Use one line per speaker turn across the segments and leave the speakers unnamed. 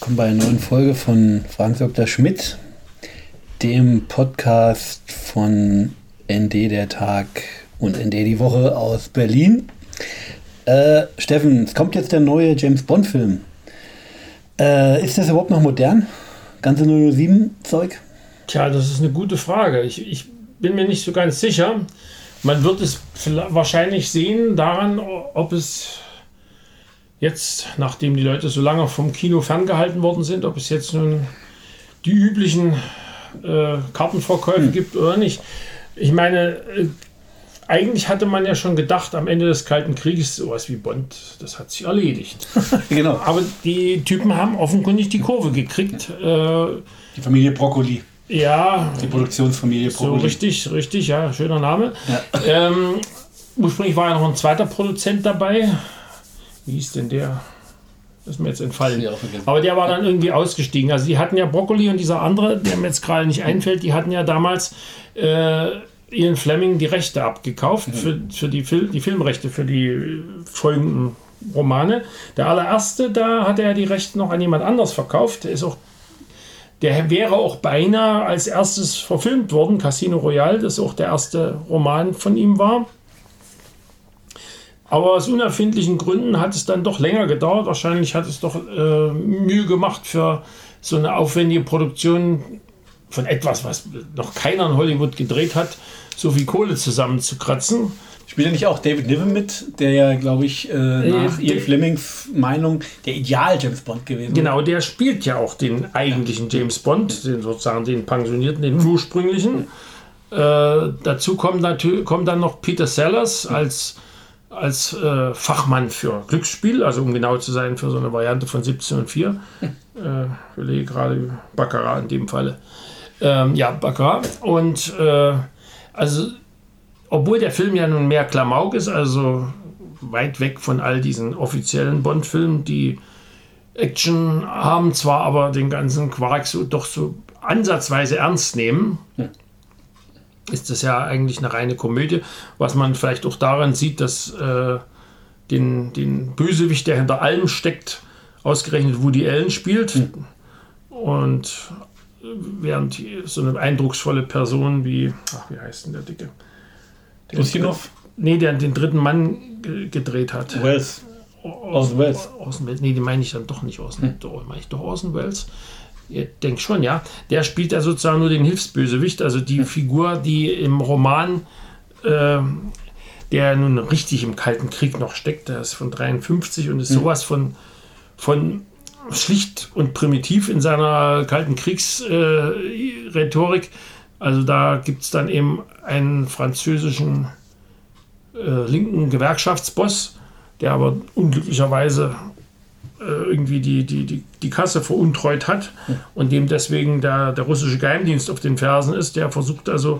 willkommen bei einer neuen Folge von Frank Dr. Schmidt, dem Podcast von ND der Tag und ND die Woche aus Berlin. Steffen, es kommt jetzt der neue James Bond Film. Ist das überhaupt noch modern? Ganze 007-Zeug?
Tja, das ist eine gute Frage. Ich bin mir nicht so ganz sicher. Man wird es wahrscheinlich sehen daran, ob es jetzt, nachdem die Leute so lange vom Kino ferngehalten worden sind, ob es jetzt nun die üblichen Kartenverkäufe gibt oder nicht. Ich meine, eigentlich hatte man ja schon gedacht, am Ende des Kalten Krieges, sowas wie Bond, das hat sich erledigt.
Genau.
Aber die Typen haben offenkundig die Kurve gekriegt.
Die Familie Broccoli.
Ja.
Die Produktionsfamilie Broccoli.
So richtig, ja, schöner Name. Ja. Ursprünglich war ja noch ein zweiter Produzent dabei. Wie hieß denn der? Das ist mir jetzt entfallen. Aber der war dann irgendwie ausgestiegen. Also die hatten ja Broccoli und dieser andere, der mir jetzt gerade nicht einfällt, die hatten ja damals Ian Fleming die Rechte abgekauft für die Filmrechte für die folgenden Romane. Der allererste, da hat er die Rechte noch an jemand anders verkauft. Der wäre auch beinahe als erstes verfilmt worden, Casino Royale, das auch der erste Roman von ihm war. Aber aus unerfindlichen Gründen hat es dann doch länger gedauert. Wahrscheinlich hat es doch Mühe gemacht für so eine aufwendige Produktion von etwas, was noch keiner in Hollywood gedreht hat, so viel Kohle zusammenzukratzen.
Spielt ja nicht auch David Niven mit, der ja, glaube ich, nach Ian Flemings Meinung der Ideal-James Bond gewesen ist.
Genau, der spielt ja auch den eigentlichen James Bond, den pensionierten, den ursprünglichen. Dazu kommt dann noch Peter Sellers als Fachmann für Glücksspiel, also um genau zu sein, für so eine Variante von 17 und 4. Ich überlege gerade Baccarat in dem Falle. Baccarat. Und also, obwohl der Film ja nun mehr Klamauk ist, also weit weg von all diesen offiziellen Bond-Filmen, die Action haben, zwar aber den ganzen Quark doch so ansatzweise ernst nehmen, ist das ja eigentlich eine reine Komödie, was man vielleicht auch daran sieht, dass den Bösewicht, der hinter allem steckt, ausgerechnet Woody Allen spielt. Und während so eine eindrucksvolle Person wie heißt denn der Dicke?
Ustinov?
Nee, der den dritten Mann gedreht hat.
Welles. Orson Welles.
Nee, den meine ich dann doch nicht Orson. Meine ich doch Orson Welles? Ich denke schon, ja. Der spielt ja sozusagen nur den Hilfsbösewicht, also die Figur, die im Roman, der nun richtig im Kalten Krieg noch steckt, der ist von 53 und ist sowas von schlicht und primitiv in seiner Kalten Kriegsrhetorik. Also da gibt es dann eben einen französischen linken Gewerkschaftsboss, der aber unglücklicherweise irgendwie die Kasse veruntreut hat und dem deswegen der russische Geheimdienst auf den Fersen ist. Der versucht also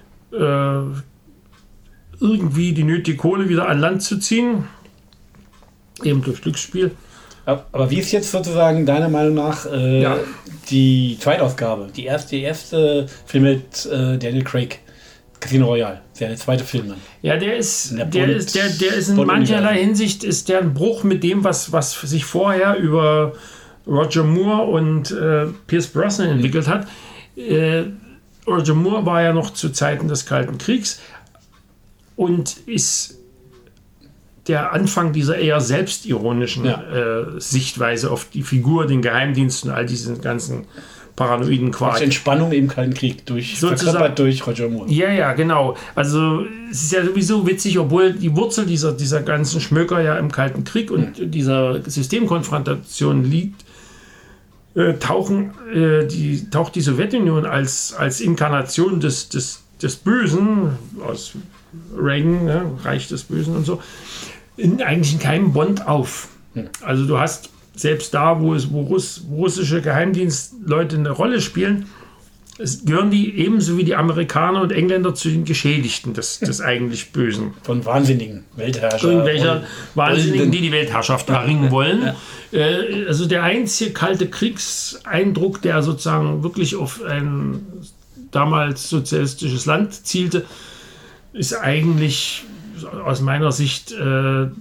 irgendwie die nötige Kohle wieder an Land zu ziehen, eben durch Glücksspiel.
Aber wie ist jetzt sozusagen deiner Meinung nach die Zweitausgabe? Die erste Film mit Daniel Craig, Casino Royale, ist ja der zweite Film dann.
Ja, der ist in mancherlei Hinsicht ist der ein Bruch mit dem, was sich vorher über Roger Moore und Pierce Brosnan entwickelt hat. Roger Moore war ja noch zu Zeiten des Kalten Kriegs und ist der Anfang dieser eher selbstironischen Sichtweise auf die Figur, den Geheimdienst und all diesen ganzen paranoiden Quark.
Entspannung im Kalten Krieg verkörpert durch Roger Moore.
Ja, genau. Also es ist ja sowieso witzig, obwohl die Wurzel dieser ganzen Schmöker ja im Kalten Krieg und dieser Systemkonfrontation liegt, taucht die Sowjetunion als Inkarnation des Bösen, aus Reagan, Reich des Bösen und so, eigentlich in keinem Bond auf. Also du hast selbst da, wo russische Geheimdienstleute eine Rolle spielen, gehören die ebenso wie die Amerikaner und Engländer zu den Geschädigten des eigentlich Bösen.
Von wahnsinnigen Weltherrschern.
Irgendwelcher Wahnsinnigen, die Weltherrschaft erringen wollen. Also der einzige Kalte Kriegseindruck, der sozusagen wirklich auf ein damals sozialistisches Land zielte, ist eigentlich aus meiner Sicht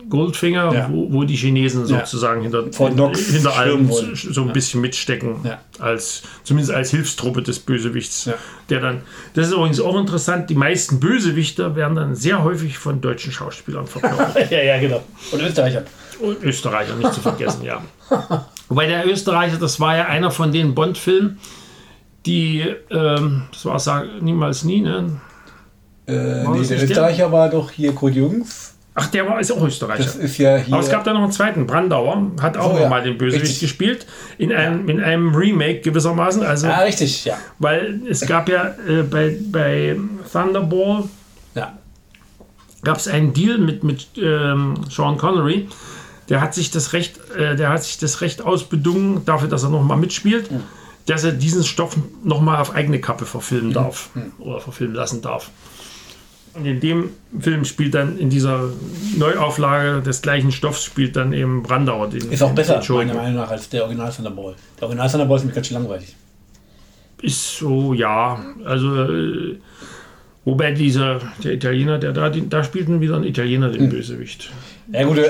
Goldfinger, wo die Chinesen sozusagen hinter allem so ein bisschen mitstecken, zumindest als Hilfstruppe des Bösewichts. Ja. Das ist übrigens auch interessant, die meisten Bösewichter werden dann sehr häufig von deutschen Schauspielern verkörpert.
Ja, genau. Und Österreichern.
Und Österreicher, nicht zu vergessen, ja. Wobei der Österreicher, das war ja einer von den Bond-Filmen, die, das war Sag niemals nie, ne?
Der Österreicher war doch hier Kurt Jürgens.
Ach, ist auch Österreicher.
Das ist ja hier.
Aber es gab da noch einen zweiten, Brandauer, hat auch nochmal den Bösewicht gespielt, in einem Remake gewissermaßen. Also,
richtig, ja.
Weil es gab ja bei Thunderball gab es einen Deal mit Sean Connery, der hat sich das Recht ausbedungen, dafür, dass er nochmal mitspielt, dass er diesen Stoff nochmal auf eigene Kappe verfilmen darf oder verfilmen lassen darf. Und in dem Film spielt dann in dieser Neuauflage des gleichen Stoffs spielt dann eben Brandauer.
Ist auch besser, meiner Meinung nach, als der Original Thunderball. Der Original Thunderball ist mir ganz schön langweilig.
Ist so, ja. Also, wobei der Italiener, da spielt wieder ein Italiener den Bösewicht.
Ja gut,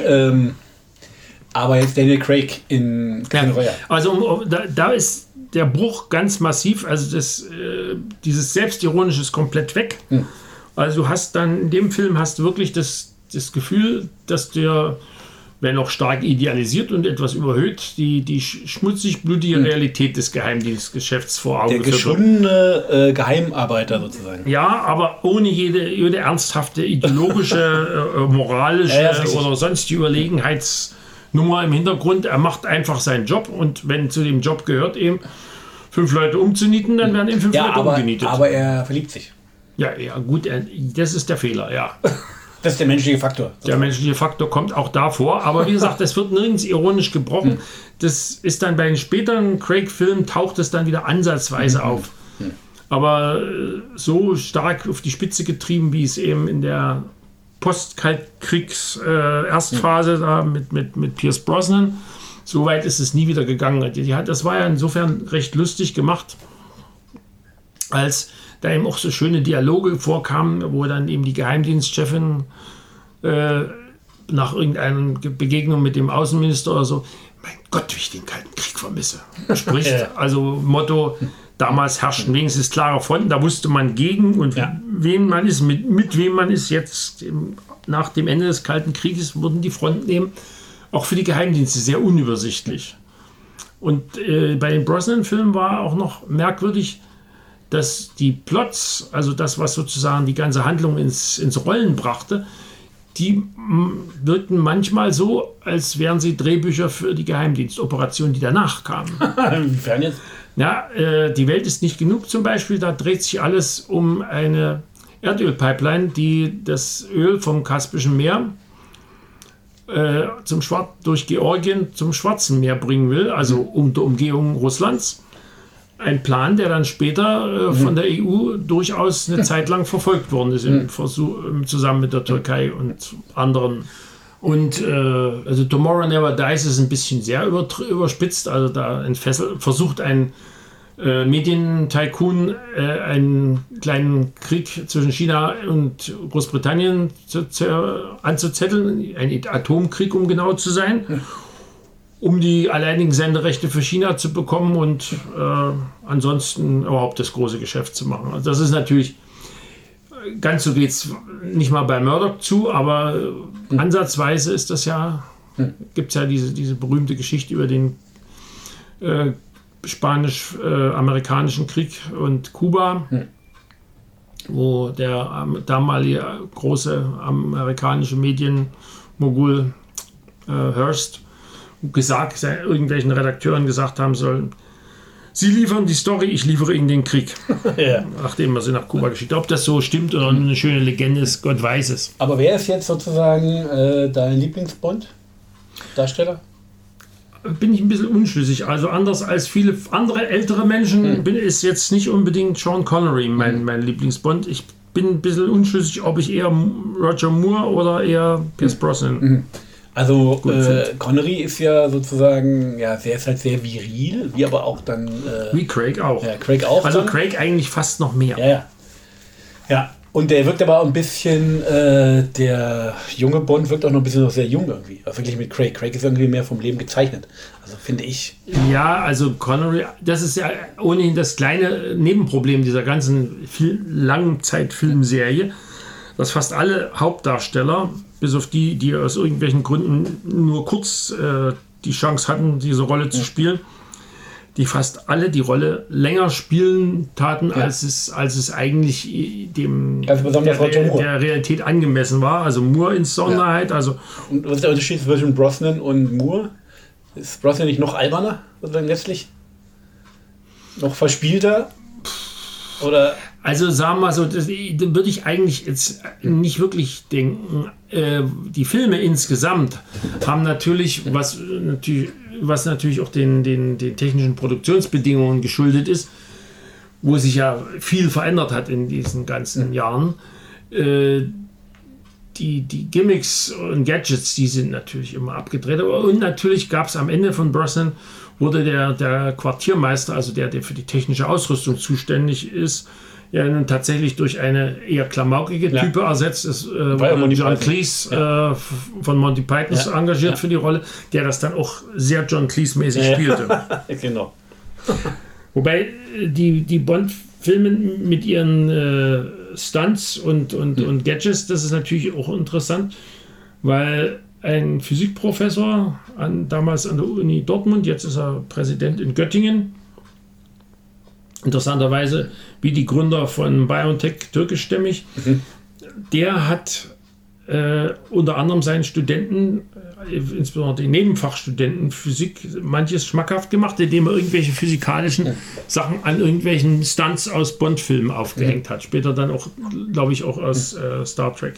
aber jetzt Daniel Craig in Casino Royale.
Also da ist der Bruch ganz massiv. Also dieses Selbstironische ist komplett weg. Also du hast dann in dem Film wirklich das Gefühl, dass der, wenn auch stark idealisiert und etwas überhöht, die schmutzig-blutige Realität des Geheimdienstgeschäfts vor Augen
führt. Der geschundene Geheimarbeiter sozusagen.
Ja, aber ohne jede ernsthafte ideologische, moralische oder sonstige Überlegenheitsnummer im Hintergrund. Er macht einfach seinen Job und wenn zu dem Job gehört eben 5 Leute umzunieten, dann werden eben 5 Leute umgenietet.
Aber er verliebt sich.
Ja, gut, das ist der Fehler, ja.
Das ist der menschliche Faktor.
Der menschliche Faktor kommt auch da vor, aber wie gesagt, das wird nirgends ironisch gebrochen. Das ist dann bei den späteren Craig-Filmen, taucht es dann wieder ansatzweise auf. Aber so stark auf die Spitze getrieben, wie es eben in der Post-Kaltkriegs-Erstphase da mit Pierce Brosnan, so weit ist es nie wieder gegangen. Das war ja insofern recht lustig gemacht, als da eben auch so schöne Dialoge vorkamen, wo dann eben die Geheimdienstchefin nach irgendeiner Begegnung mit dem Außenminister oder so, mein Gott, wie ich den Kalten Krieg vermisse, spricht. Also Motto, damals herrschten wenigstens klare Fronten, da wusste man gegen und wen man ist, mit wem man ist. Jetzt nach dem Ende des Kalten Krieges wurden die Fronten eben auch für die Geheimdienste sehr unübersichtlich. Und bei den Brosnan-Filmen war auch noch merkwürdig, dass die Plots, also das, was sozusagen die ganze Handlung ins Rollen brachte, die wirkten manchmal so, als wären sie Drehbücher für die Geheimdienstoperationen, die danach kamen.
Inwiefern jetzt?
Ja, die Welt ist nicht genug zum Beispiel, da dreht sich alles um eine Erdölpipeline, die das Öl vom Kaspischen Meer durch Georgien zum Schwarzen Meer bringen will, also unter Umgehung Russlands. Ein Plan, der dann später von der EU durchaus eine Zeit lang verfolgt worden ist, zusammen mit der Türkei und anderen. Und also Tomorrow Never Dies ist ein bisschen sehr überspitzt. Also da versucht ein Medientycoon einen kleinen Krieg zwischen China und Großbritannien anzuzetteln, ein Atomkrieg, um genau zu sein. Um die alleinigen Senderechte für China zu bekommen und ansonsten überhaupt das große Geschäft zu machen. Also das ist natürlich, ganz so geht es nicht mal bei Murdoch zu, aber ansatzweise ist das ja, gibt es ja diese berühmte Geschichte über den spanisch-amerikanischen Krieg und Kuba, wo der damalige große amerikanische Medienmogul Hearst irgendwelchen Redakteuren gesagt haben sollen, sie liefern die Story, ich liefere ihnen den Krieg. Nachdem wir sie nach Kuba geschickt haben. Ob das so stimmt oder eine schöne Legende ist, Gott weiß es.
Aber wer ist jetzt sozusagen dein Lieblings-Bond-Darsteller?
Bin ich ein bisschen unschlüssig. Also anders als viele andere ältere Menschen ist jetzt nicht unbedingt Sean Connery mein Lieblingsbond. Ich bin ein bisschen unschlüssig, ob ich eher Roger Moore oder eher Pierce Brosnan
Also Connery ist ja sozusagen, der ist halt sehr viril, wie aber auch dann...
wie Craig auch.
Ja, Craig auch.
Also dann. Craig eigentlich fast noch mehr.
Ja. Und der wirkt aber ein bisschen, der junge Bond wirkt auch noch ein bisschen noch sehr jung irgendwie. Also wirklich mit Craig. Craig ist irgendwie mehr vom Leben gezeichnet. Also finde ich.
Ja, also Connery, das ist ja ohnehin das kleine Nebenproblem dieser ganzen Langzeitfilmserie, dass fast alle Hauptdarsteller, bis auf die aus irgendwelchen Gründen nur kurz die Chance hatten, diese Rolle zu spielen, die fast alle die Rolle länger spielen taten, als es eigentlich der Realität angemessen war. Also Moore insonderheit. Also
und was ist der Unterschied zwischen Brosnan und Moore? Ist Brosnan nicht noch alberner, sozusagen letztlich? Noch verspielter? Oder?
Also sagen wir mal so, das würde ich eigentlich jetzt nicht wirklich denken. Die Filme insgesamt haben natürlich, was natürlich auch den technischen Produktionsbedingungen geschuldet ist, wo sich ja viel verändert hat in diesen ganzen Jahren. Die Gimmicks und Gadgets, die sind natürlich immer abgedreht. Und natürlich gab es am Ende von Brosnan, wurde der Quartiermeister, also der für die technische Ausrüstung zuständig ist, ja nun tatsächlich durch eine eher klamaukige Type ersetzt. Es wurde John Cleese von Monty Python engagiert für die Rolle, der das dann auch sehr John Cleese-mäßig spielte.
Genau.
Wobei die Bond-Filme mit ihren Stunts und Gadgets, das ist natürlich auch interessant, weil ein Physikprofessor damals an der Uni Dortmund, jetzt ist er Präsident in Göttingen, interessanterweise wie die Gründer von BioNTech türkischstämmig, der hat unter anderem seinen Studenten, insbesondere den Nebenfachstudenten Physik, manches schmackhaft gemacht, indem er irgendwelche physikalischen Sachen an irgendwelchen Stunts aus Bond-Filmen aufgehängt hat. Später dann auch, glaube ich, auch aus Star Trek.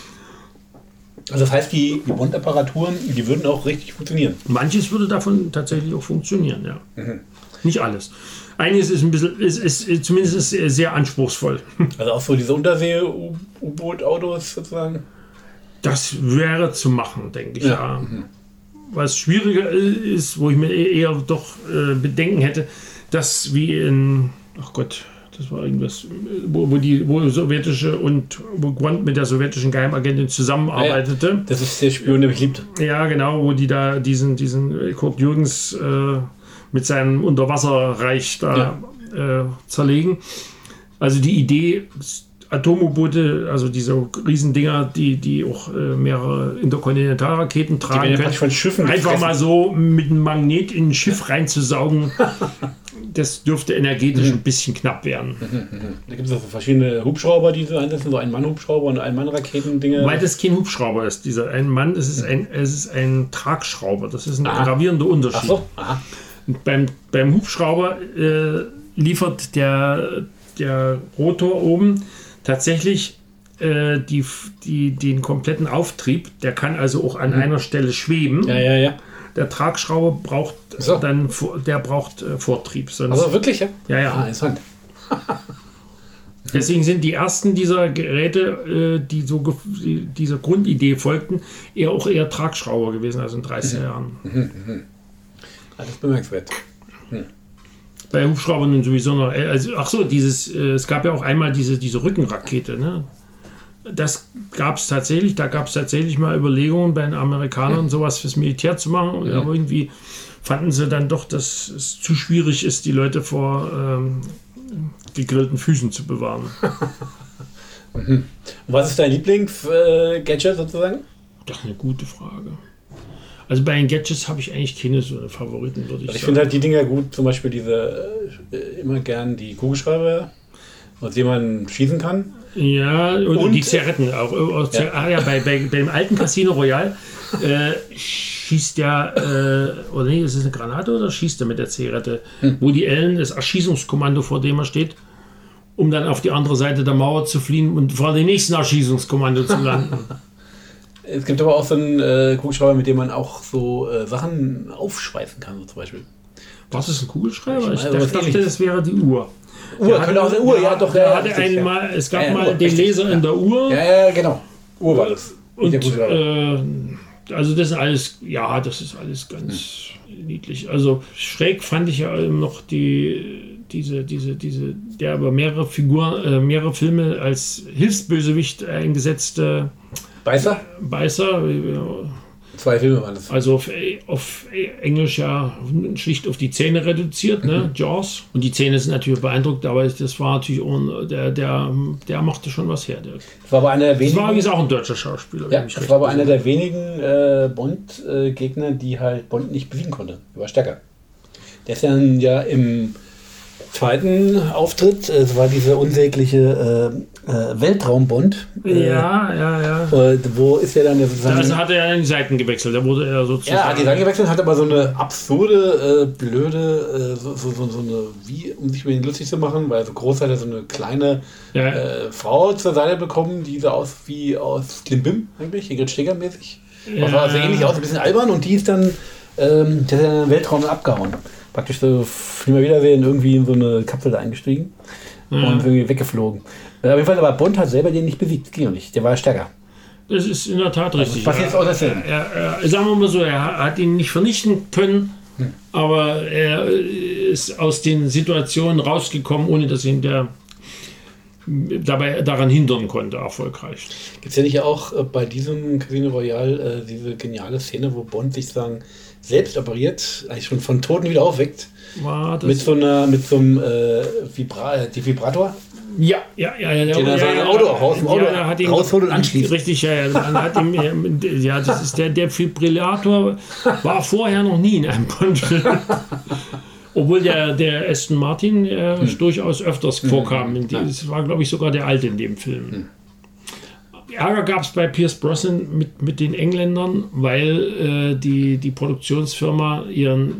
Also das heißt, die Bond-Apparaturen, die würden auch richtig funktionieren?
Manches würde davon tatsächlich auch funktionieren, ja. Nicht alles. Einiges ist ein bisschen, ist zumindest sehr anspruchsvoll.
Also auch so diese Untersee-U-Boot-Autos sozusagen?
Das wäre zu machen, denke ich, ja. Was schwieriger ist, wo ich mir eher doch Bedenken hätte, dass wie in, ach Gott, das war irgendwas, wo sowjetische und wo Quant mit der sowjetischen Geheimagentin zusammenarbeitete.
Ja, das ist der Spion, der mich liebt.
Ja, genau, wo die da diesen Kurt Jürgens mit seinem Unterwasserreich da zerlegen. Also die Idee, Atom-U-Boote, also diese Riesendinger, die auch mehrere Interkontinentalraketen tragen können,
von Schiffen
einfach mal so mit einem Magnet in ein Schiff reinzusaugen, das dürfte energetisch ein bisschen knapp werden.
Da gibt es auch verschiedene Hubschrauber, die so einsetzen, so Ein-Mann-Hubschrauber und Ein-Mann-Raketen-Dinger.
Weil das kein Hubschrauber ist, dieser Ein-Mann, es ist ein Tragschrauber, das ist ein gravierender Unterschied.
Ach so, aha.
Und beim Hubschrauber liefert der Rotor oben tatsächlich den kompletten Auftrieb. Der kann also auch an einer Stelle schweben.
Ja.
Der Tragschrauber braucht Vortrieb. Sonst,
also wirklich, ja?
Ja.
Ah, interessant.
Deswegen sind die ersten dieser Geräte, die dieser Grundidee folgten, eher Tragschrauber gewesen, also in 30er Jahren.
Das ist bemerkenswert.
Bei Hubschraubern und sowieso noch. Es gab ja auch einmal diese Rückenrakete. Ne? Das gab es tatsächlich. Da gab es tatsächlich mal Überlegungen bei den Amerikanern, sowas fürs Militär zu machen. Aber irgendwie fanden sie dann doch, dass es zu schwierig ist, die Leute vor gegrillten Füßen zu bewahren.
Und was ist dein Lieblings-Gadget sozusagen?
Das ist eine gute Frage. Also bei den Gadgets habe ich eigentlich keine so Favoriten, würde ich sagen.
Ich finde halt die Dinger gut, zum Beispiel immer gern die Kugelschreiber, aus denen man schießen kann.
Ja, und die Zigaretten auch. Bei dem alten Casino Royale schießt der, oder nee, ist es eine Granate oder schießt er mit der Zigarette? Wo die Ellen, das Erschießungskommando, vor dem er steht, um dann auf die andere Seite der Mauer zu fliehen und vor dem nächsten Erschießungskommando zu landen.
Es gibt aber auch so einen Kugelschreiber, mit dem man auch so Sachen aufschweißen kann, so zum Beispiel.
Was ist ein Kugelschreiber? Ich dachte, das wäre die Uhr.
Könnte auch eine Uhr, ja doch.
Es gab mal den Laser in der Uhr.
Ja, genau. Uhr war das.
Und Also das ist alles ganz niedlich. Also schräg fand ich ja noch der aber mehrere Filme als Hilfsbösewicht eingesetzte Beißer.
2 Filme waren das.
Also auf Englisch ja schlicht auf die Zähne reduziert, ne? Jaws. Und die Zähne sind natürlich beeindruckt, aber das war natürlich der machte schon was her.
Das war aber einer der wenigen.
Das war übrigens auch ein deutscher Schauspieler.
Ja, das war aber einer der wenigen Bond-Gegner, die halt Bond nicht besiegen konnte. Er war stärker. Der ist dann ja im zweiten Auftritt, es war dieser unsägliche Weltraumbond.
Ja.
Wo ist er dann?
Da hat er die Seiten gewechselt. Da wurde er sozusagen.
Ja, hat die Seiten gewechselt, hat aber so eine absurde, blöde, so eine, wie, um sich mit ihm lustig zu machen, weil so groß hat er so eine kleine Frau zur Seite bekommen, die so aus wie aus Klimbim eigentlich, Ingrid Steger-mäßig. Ja. War so ähnlich aus, ein bisschen albern, und die ist dann der ist in den Weltraum abgehauen. Praktisch so immer wiedersehen, irgendwie in so eine Kapsel da eingestiegen und irgendwie weggeflogen. Auf jeden Fall, aber Bond hat selber den nicht besiegt, ging nicht, der war stärker.
Das ist in der Tat richtig.
Was jetzt auch dasselbe.
Sagen wir mal so, er hat ihn nicht vernichten können, aber er ist aus den Situationen rausgekommen, ohne dass ihn der dabei daran hindern konnte, erfolgreich.
Gibt es ja nicht auch bei diesem Casino Royale diese geniale Szene, wo Bond sich selbst operiert, eigentlich schon von Toten wieder aufweckt, mit so einem Vibrator?
Ja.
Den er sein Auto rausholt und anschließt.
Richtig, das ist der Defibrillator war vorher noch nie in einem Bond-Film. Obwohl der Aston Martin durchaus öfters vorkam. Das war, glaube ich, sogar der alte in dem Film. Ärger gab es bei Pierce Brosnan mit den Engländern, weil die Produktionsfirma ihr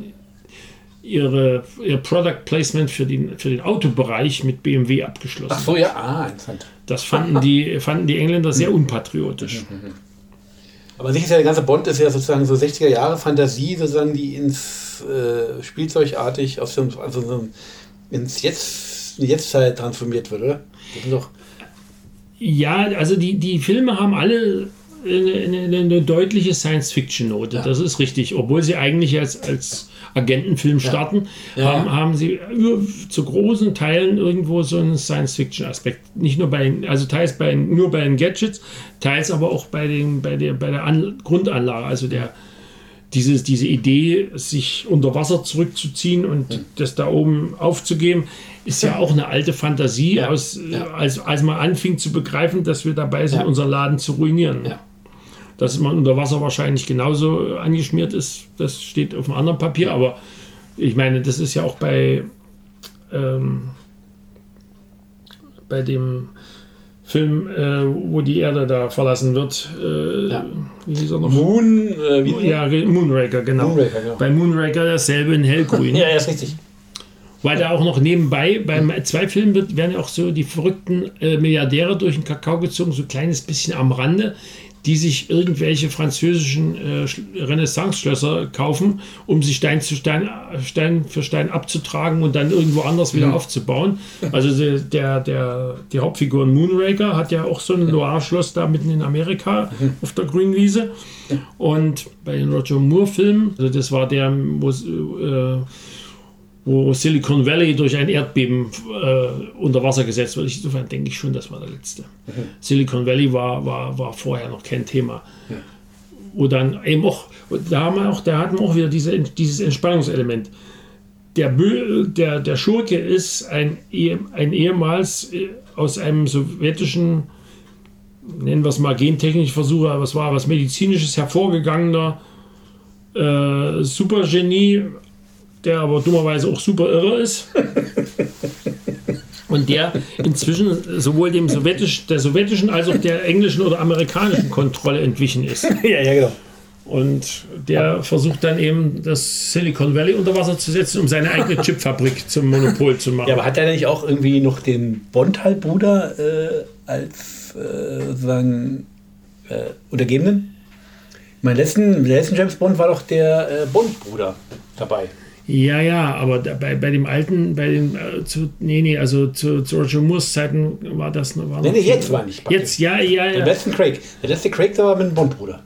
Product Placement für den Autobereich mit BMW abgeschlossen hat.
Ach so, ja, interessant.
Das fanden die Engländer sehr unpatriotisch.
Aber sicher ist ja, der ganze Bond ist ja sozusagen so 60er Jahre Fantasie, sozusagen, die ins Spielzeugartig ins Jetztzeit transformiert wird, oder? Das ist doch.
Ja, also die Filme haben alle eine deutliche Science-Fiction-Note, das ist richtig. Obwohl sie eigentlich als Agentenfilm starten, haben sie zu großen Teilen irgendwo so einen Science-Fiction-Aspekt. Nicht nur teils nur bei den Gadgets, teils aber auch bei der Grundanlage. Also diese Idee, sich unter Wasser zurückzuziehen und das da oben aufzugeben, ist ja auch eine alte Fantasie, als man anfing zu begreifen, dass wir dabei sind, unseren Laden zu ruinieren. Ja. Dass man unter Wasser wahrscheinlich genauso angeschmiert ist, das steht auf einem anderen Papier, aber ich meine, das ist ja auch bei dem Film, wo die Erde da verlassen wird. Wie hieß er noch? Moonraker, genau. Bei Moonraker dasselbe in hellgrün.
Ja, ist richtig.
Weil da auch noch nebenbei, beim 2 Filmen werden ja auch so die verrückten Milliardäre durch den Kakao gezogen, so ein kleines bisschen am Rande, die sich irgendwelche französischen Renaissance-Schlösser kaufen, um sie Stein für Stein abzutragen und dann irgendwo anders wieder aufzubauen. Also die Hauptfigur Moonraker hat ja auch so ein Loire-Schloss da mitten in Amerika auf der grünen Wiese. Und bei den Roger Moore-Filmen, also das war der, wo Silicon Valley durch ein Erdbeben unter Wasser gesetzt wird. Insofern denke ich schon, das war der letzte. Silicon Valley war vorher noch kein Thema. Wo dann eben auch, da hatten wir auch wieder dieses Entspannungselement. Der Schurke ist ein ehemals aus einem sowjetischen, nennen wir es mal gentechnische Versuche, aber es war was Medizinisches hervorgegangener Supergenie, der aber dummerweise auch super irre ist. Und der inzwischen sowohl der sowjetischen als auch der englischen oder amerikanischen Kontrolle entwichen ist.
Ja, genau.
Und der versucht dann eben das Silicon Valley unter Wasser zu setzen, um seine eigene Chipfabrik zum Monopol zu machen.
Ja, aber hat er nicht auch irgendwie noch den Bond-Halbbruder als sozusagen Untergebenen? Im letzten James Bond war doch der Bond-Bruder dabei.
Ja, aber bei dem alten, zu Roger Moores Zeiten war das noch.
Jetzt war nicht.
Jetzt, ja.
Der letzte Craig. Der letzte Craig war mit dem Bond-Bruder.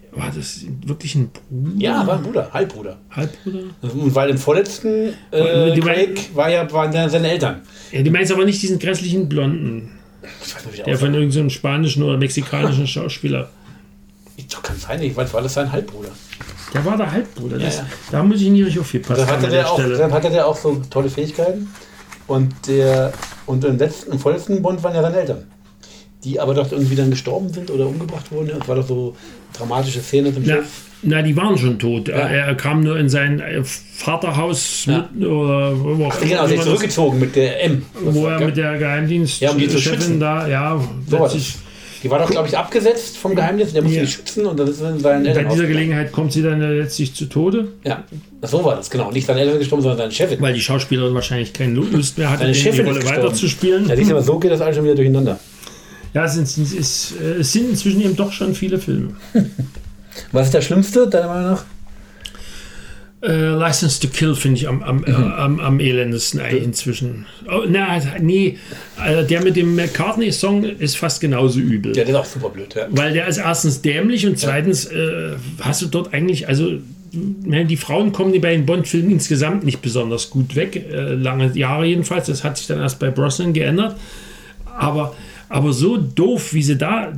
War das wirklich ein Bruder?
Ja, war ein Bruder, Halbbruder.
Halbbruder?
Und weil im vorletzten Craig waren seine Eltern.
Ja, du meinst aber nicht diesen grässlichen Blonden.
Ich weiß nicht,
der von irgendeinem spanischen oder mexikanischen Schauspieler.
Das kann sein, ich weiß, war das sein Halbbruder.
Der war der Halbbruder. Da muss ich nicht richtig aufgepasst haben.
Dann hatte der auch so tolle Fähigkeiten. Und im vorletzten Bond waren ja seine Eltern. Die aber doch irgendwie dann gestorben sind oder umgebracht wurden. Das war doch so dramatische Szene zum Schluss.
Na, die waren schon tot. Ja. Er kam nur in sein Vaterhaus mit, oder wo auch
genau, er ist zurückgezogen mit der M.
Wo er mit der Geheimdienstchefin da,
die war doch, glaube ich, abgesetzt vom Geheimdienst, der musste sie schützen und das ist in seinen Eltern.
Bei dieser Gelegenheit kommt sie dann letztlich zu Tode.
Ja, so war das, genau. Nicht seine Eltern gestorben, sondern seine Chefin.
Weil die Schauspielerin wahrscheinlich keine Lust mehr hatte,
die
Rolle weiterzuspielen.
Ja, siehst du, aber so geht das alles schon wieder durcheinander.
Ja, es sind inzwischen eben doch schon viele Filme.
Was ist der Schlimmste, deiner Meinung nach?
License to Kill finde ich am elendesten eigentlich inzwischen. Oh, der mit dem McCartney-Song ist fast genauso übel.
Ja, der ist auch super blöd. Ja.
Weil der ist erstens dämlich und zweitens hast du dort eigentlich, die Frauen kommen bei den Bond-Filmen insgesamt nicht besonders gut weg. Lange Jahre jedenfalls. Das hat sich dann erst bei Brosnan geändert. Aber so doof, wie sie da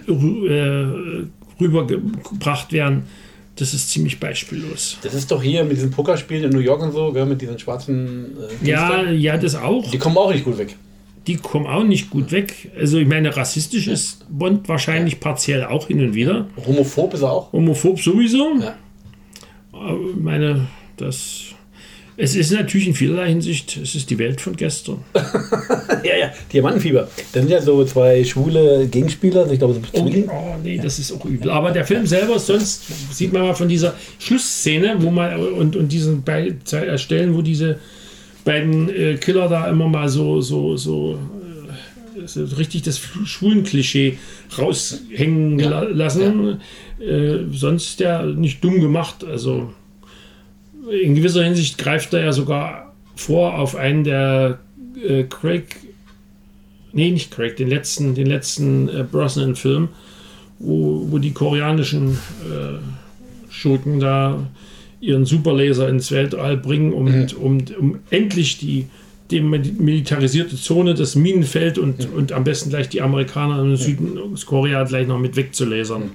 rübergebracht werden, das ist ziemlich beispiellos.
Das ist doch hier mit diesen Pokerspielen in New York und so, mit diesen schwarzen
ja, das auch.
Die kommen auch nicht gut weg.
Die kommen auch nicht gut weg. Also ich meine, rassistisch ist Bond wahrscheinlich partiell auch hin und wieder.
Homophob ist er auch.
Homophob sowieso.
Ja.
Ich meine, es ist natürlich in vielerlei Hinsicht, es ist die Welt von gestern.
ja, Diamantenfieber. Das sind ja so zwei schwule Gegenspieler, ich glaube, so
nee, das ist auch übel. Aber der Film selber, sonst sieht man mal von dieser Schlussszene, wo man und diesen Stellen, wo diese beiden Killer da immer mal so richtig das Schwulen-Klischee raushängen lassen. Ja. Sonst ja nicht dumm gemacht, also in gewisser Hinsicht greift er ja sogar vor auf einen der den letzten Brosnan-Film, wo die koreanischen Schurken da ihren Superlaser ins Weltall bringen, um endlich die militarisierte Zone, das Minenfeld und am besten gleich die Amerikaner im Süden Korea gleich noch mit wegzulasern.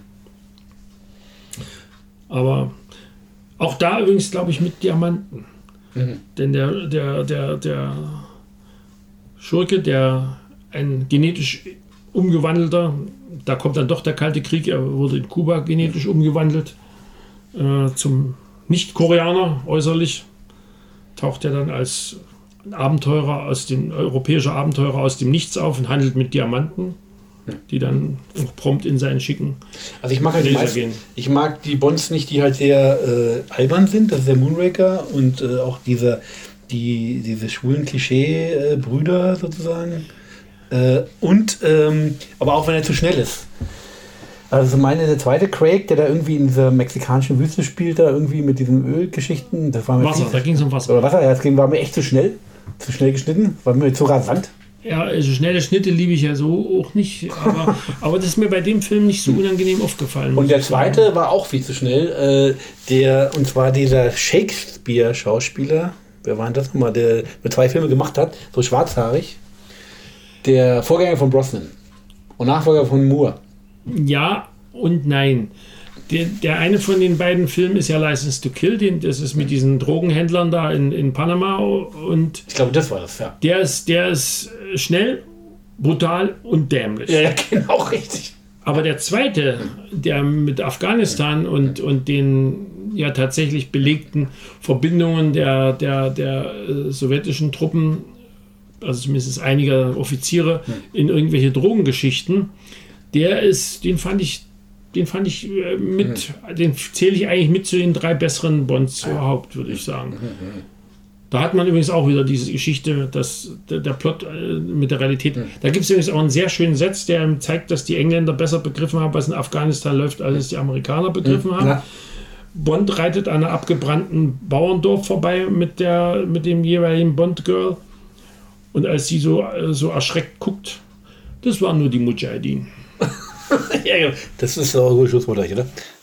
Aber auch da übrigens, glaube ich, mit Diamanten. Denn der Schurke, ein genetisch umgewandelter, da kommt dann doch der Kalte Krieg, er wurde in Kuba genetisch umgewandelt, zum Nicht-Koreaner äußerlich, taucht er dann als europäischer Abenteurer aus dem Nichts auf und handelt mit Diamanten, die dann auch prompt in seinen schicken
ich mag halt ich mag die Bonds nicht, die halt sehr albern sind, das ist der Moonraker und auch diese schwulen Klischee-Brüder sozusagen aber auch wenn er zu schnell ist. Also der zweite Craig, der da irgendwie in dieser mexikanischen Wüste spielt, da irgendwie mit diesen Ölgeschichten, das war mir
da ging es um Wasser.
Oder Wasser, ja, das war mir echt zu schnell geschnitten, war mir zu rasant.
Ja, also schnelle Schnitte liebe ich ja so auch nicht, aber das ist mir bei dem Film nicht so unangenehm aufgefallen.
Und der zweite war auch viel zu schnell, und zwar dieser Shakespeare-Schauspieler, wer war denn das nochmal, der mit 2 Filme gemacht hat, so schwarzhaarig, der Vorgänger von Brosnan und Nachfolger von Moore.
Ja und nein. Der eine von den beiden Filmen ist ja License to Kill, das ist mit diesen Drogenhändlern da in Panama und
ich glaube, das war das, ja.
Der ist schnell, brutal und dämlich.
Ja, genau, richtig.
Aber der zweite, der mit Afghanistan und den ja tatsächlich belegten Verbindungen der sowjetischen Truppen, also zumindest einiger Offiziere, in irgendwelche Drogengeschichten, den zähle ich eigentlich mit zu den 3 besseren Bonds überhaupt, würde ich sagen. Da hat man übrigens auch wieder diese Geschichte, dass der Plot mit der Realität. Da gibt es übrigens auch einen sehr schönen Satz, der zeigt, dass die Engländer besser begriffen haben, was in Afghanistan läuft, als es die Amerikaner begriffen haben. Ja. Bond reitet an einem abgebrannten Bauerndorf vorbei mit dem jeweiligen Bond-Girl. Und als sie so erschreckt guckt, das waren nur die Mujahideen.
Ja, das ist auch ein gutes Schlusswort, oder?